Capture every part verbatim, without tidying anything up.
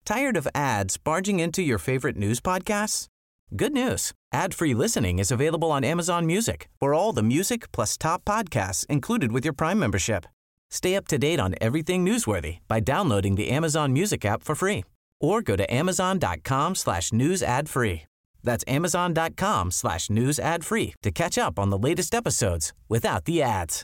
Tired of ads barging into your favorite news podcasts? Good news. Ad-free listening is available on Amazon Music for all the music plus top podcasts included with your Prime membership. Stay up to date on everything newsworthy by downloading the Amazon Music app for free or go to amazon.com slash news ad free. That's amazon.com slash news ad free to catch up on the latest episodes without the ads.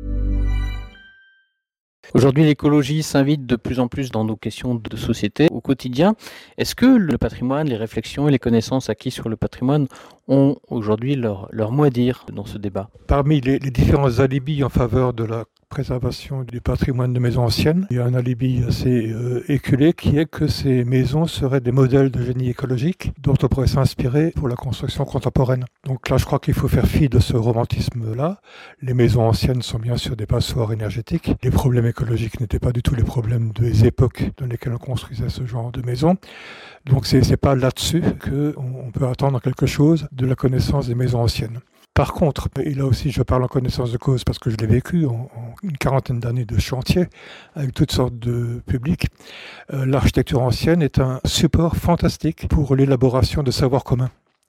Aujourd'hui, l'écologie s'invite de plus en plus dans nos questions de société au quotidien. Est-ce que le patrimoine, les réflexions et les connaissances acquises sur le patrimoine ont aujourd'hui leur, leur mot à dire dans ce débat ? Parmi les, les différents alibis en faveur de la préservation du patrimoine de maisons anciennes, il y a un alibi assez euh, éculé qui est que ces maisons seraient des modèles de génie écologique dont on pourrait s'inspirer pour la construction contemporaine. Donc là, je crois qu'il faut faire fi de ce romantisme-là. Les maisons anciennes sont bien sûr des passoires énergétiques. Les problèmes écologiques n'étaient pas du tout les problèmes des époques dans lesquelles on construisait ce genre de maisons. Donc c'est, c'est pas là-dessus qu'on peut attendre quelque chose de la connaissance des maisons anciennes. Par contre, et là aussi je parle en connaissance de cause parce que je l'ai vécu en, en une quarantaine d'années de chantier avec toutes sortes de publics, euh, l'architecture ancienne est un support fantastique pour l'élaboration de savoirs communs.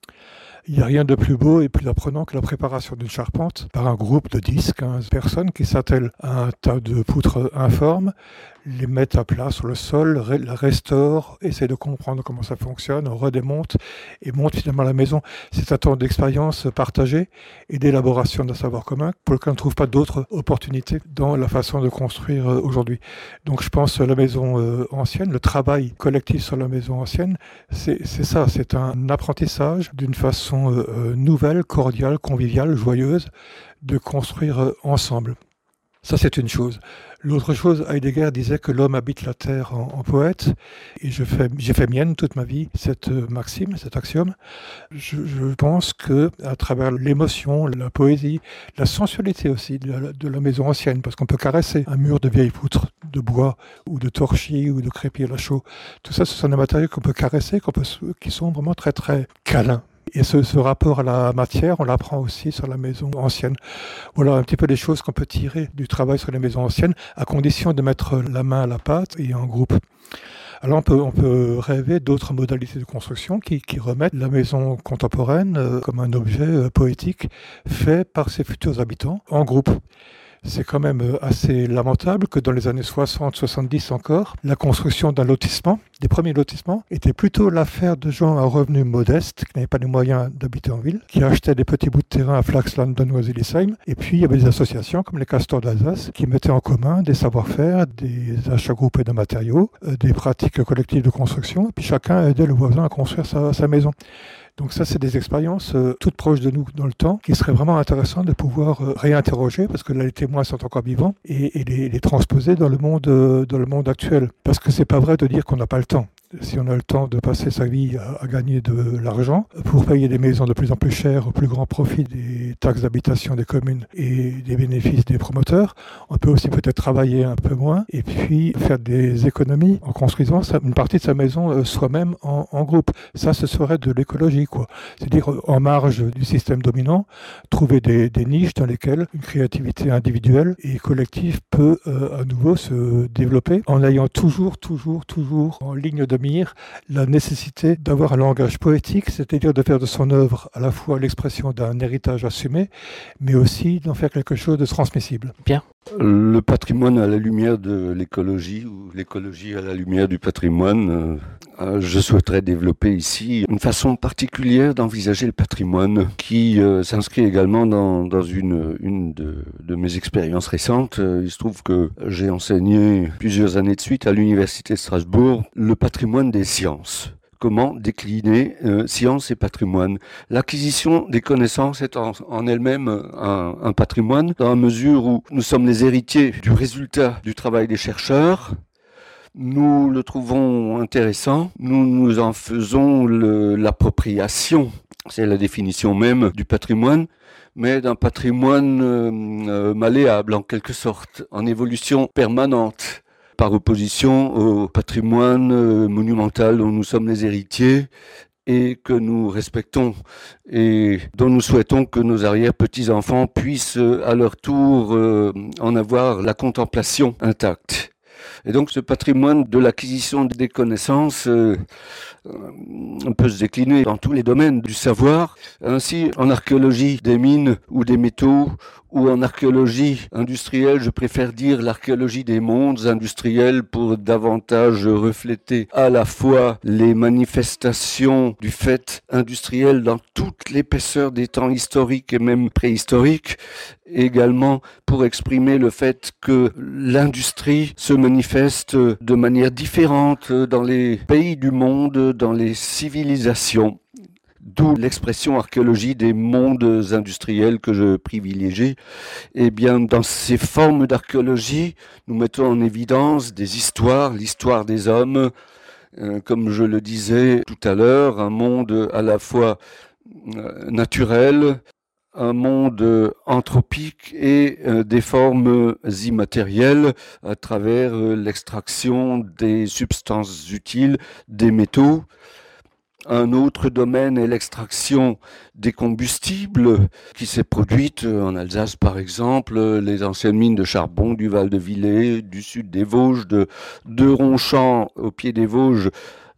Il n'y a rien de plus beau et plus apprenant que la préparation d'une charpente par un groupe de dix à quinze personnes qui s'attellent à un tas de poutres informes, les mettent à plat sur le sol, la restaurent, essaient de comprendre comment ça fonctionne, on redémonte et monte finalement la maison. C'est un temps d'expérience partagée et d'élaboration d'un savoir commun pour lequel on ne trouve pas d'autres opportunités dans la façon de construire aujourd'hui. Donc je pense à la maison euh, ancienne, le travail collectif sur la maison ancienne, c'est, c'est ça, c'est un apprentissage d'une façon euh, nouvelle, cordiale, conviviale, joyeuse de construire euh, ensemble. Ça, c'est une chose. L'autre chose, Heidegger disait que l'homme habite la terre en, en poète, et je fais, j'ai fait mienne toute ma vie cette maxime, cet axiome. Je, je pense que à travers l'émotion, la poésie, la sensualité aussi de la, de la maison ancienne, parce qu'on peut caresser un mur de vieilles poutres de bois ou de torchis ou de crépi à la chaux. Tout ça, ce sont des matériaux qu'on peut caresser, qu'on peut, qui sont vraiment très très câlins. Et ce, ce rapport à la matière, on l'apprend aussi sur la maison ancienne. Voilà un petit peu les choses qu'on peut tirer du travail sur les maisons anciennes, à condition de mettre la main à la pâte et en groupe. Alors on peut, on peut rêver d'autres modalités de construction qui, qui remettent la maison contemporaine euh, comme un objet euh, poétique fait par ses futurs habitants en groupe. C'est quand même assez lamentable que dans les années soixante soixante-dix encore, la construction d'un lotissement, des premiers lotissements, était plutôt l'affaire de gens à revenus modestes, qui n'avaient pas les moyens d'habiter en ville, qui achetaient des petits bouts de terrain à Flaxland, Noisy-le-Sec. Et puis il y avait des associations comme les Castors d'Alsace qui mettaient en commun des savoir-faire, des achats groupés de matériaux, des pratiques collectives de construction, et puis chacun aidait le voisin à construire sa, sa maison. Donc ça, c'est des expériences euh, toutes proches de nous dans le temps, qui seraient vraiment intéressantes de pouvoir euh, réinterroger, parce que là, les témoins sont encore vivants, et, et les, les transposer dans le monde, euh, dans le monde actuel. Parce que c'est pas vrai de dire qu'on n'a pas le temps. Si on a le temps de passer sa vie à, à gagner de l'argent pour payer des maisons de plus en plus chères au plus grand profit des taxes d'habitation des communes et des bénéfices des promoteurs, on peut aussi peut-être travailler un peu moins et puis faire des économies en construisant une partie de sa maison soi-même en, en groupe. Ça, ce serait de l'écologie, quoi. C'est-à-dire en marge du système dominant, trouver des, des niches dans lesquelles une créativité individuelle et collective peut euh, à nouveau se développer en ayant toujours, toujours, toujours en ligne de mire la nécessité d'avoir un langage poétique, c'est-à-dire de faire de son œuvre à la fois l'expression d'un héritage assumé, mais aussi d'en faire quelque chose de transmissible. Bien. Le patrimoine à la lumière de l'écologie ou l'écologie à la lumière du patrimoine, euh, je souhaiterais développer ici une façon particulière d'envisager le patrimoine qui euh, s'inscrit également dans, dans une, une de, de mes expériences récentes. Il se trouve que j'ai enseigné plusieurs années de suite à l'Université de Strasbourg le patrimoine des sciences. Comment décliner euh, science et patrimoine. L'acquisition des connaissances est en, en elle-même un, un patrimoine, dans la mesure où nous sommes les héritiers du résultat du travail des chercheurs. Nous le trouvons intéressant, nous nous en faisons le, l'appropriation, c'est la définition même du patrimoine, mais d'un patrimoine euh, euh, malléable en quelque sorte, en évolution permanente, par opposition au patrimoine euh, monumental dont nous sommes les héritiers et que nous respectons et dont nous souhaitons que nos arrière-petits-enfants puissent euh, à leur tour euh, en avoir la contemplation intacte. Et donc ce patrimoine de l'acquisition des connaissances euh, on peut se décliner dans tous les domaines du savoir. Ainsi, en archéologie des mines ou des métaux, ou en archéologie industrielle, je préfère dire l'archéologie des mondes industriels pour davantage refléter à la fois les manifestations du fait industriel dans toute l'épaisseur des temps historiques et même préhistoriques, également pour exprimer le fait que l'industrie se manifeste de manière différente dans les pays du monde, dans les civilisations. D'où l'expression archéologie des mondes industriels que je privilégie. Eh bien, dans ces formes d'archéologie, nous mettons en évidence des histoires, l'histoire des hommes, euh, comme je le disais tout à l'heure, un monde à la fois euh, naturel, un monde anthropique et euh, des formes immatérielles à travers euh, l'extraction des substances utiles, des métaux. Un autre domaine est l'extraction des combustibles qui s'est produite en Alsace par exemple, les anciennes mines de charbon du Val de Villers, du sud des Vosges, de, de Ronchamp au pied des Vosges,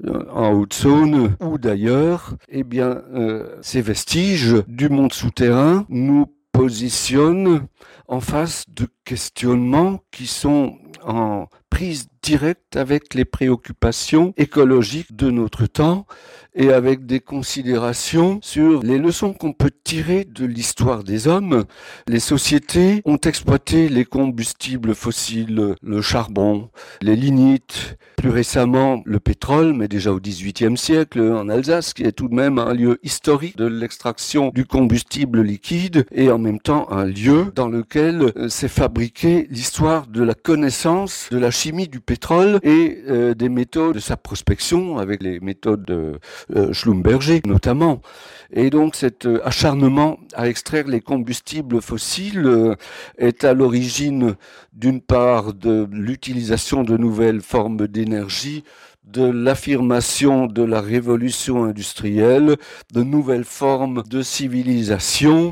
en Haute-Saône ou d'ailleurs. Eh bien, euh, ces vestiges du monde souterrain nous positionnent en face de questionnements qui sont en prise directe avec les préoccupations écologiques de notre temps et avec des considérations sur les leçons qu'on peut tirer de l'histoire des hommes. Les sociétés ont exploité les combustibles fossiles, le charbon, les lignites, plus récemment le pétrole, mais déjà au dix-huitième siècle en Alsace, qui est tout de même un lieu historique de l'extraction du combustible liquide et en même temps un lieu dans lequel s'est fabriquée l'histoire de la connaissance de la chimie du pétrole et euh, des méthodes de sa prospection avec les méthodes de euh, Schlumberger notamment. Et donc cet euh, acharnement à extraire les combustibles fossiles euh, est à l'origine d'une part de l'utilisation de nouvelles formes d'énergie, de l'affirmation de la révolution industrielle, de nouvelles formes de civilisation,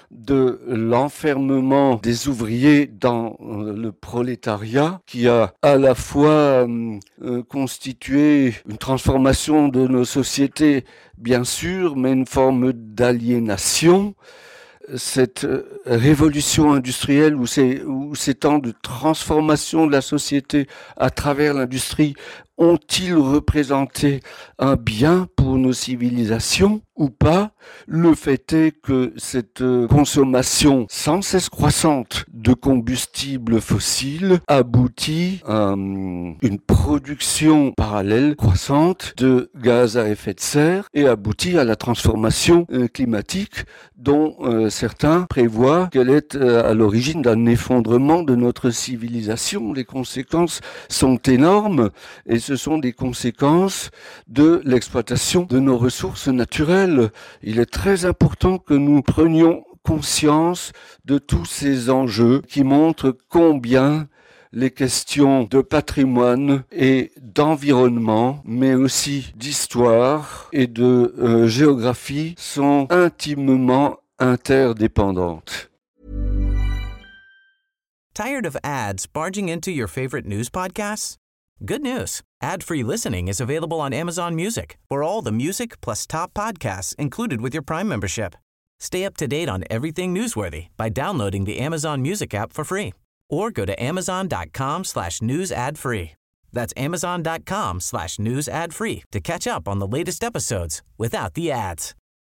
de l'enfermement des ouvriers dans le prolétariat qui a à la fois euh, constitué une transformation de nos sociétés, bien sûr, mais une forme d'aliénation. Cette révolution industrielle ou ces, ou ces temps de transformation de la société à travers l'industrie ont-ils représenté un bien pour nos civilisations ou pas? Le fait est que cette consommation sans cesse croissante de combustibles fossiles aboutit à une production parallèle croissante de gaz à effet de serre et aboutit à la transformation climatique dont euh, certains prévoient qu'elle est euh, à l'origine d'un effondrement de notre civilisation. Les conséquences sont énormes et ce sont des conséquences de l'exploitation de nos ressources naturelles. Il est très important que nous prenions conscience de tous ces enjeux qui montrent combien les questions de patrimoine et d'environnement, mais aussi d'histoire et de euh, géographie sont intimement interdépendantes. Tired of ads barging into your favorite news podcasts? Good news. Ad-free listening is available on Amazon Music for all the music plus top podcasts included with your Prime membership. Stay up to date on everything newsworthy by downloading the Amazon Music app for free or go to amazon.com slash news ad free. That's amazon.com slash news ad free to catch up on the latest episodes without the ads.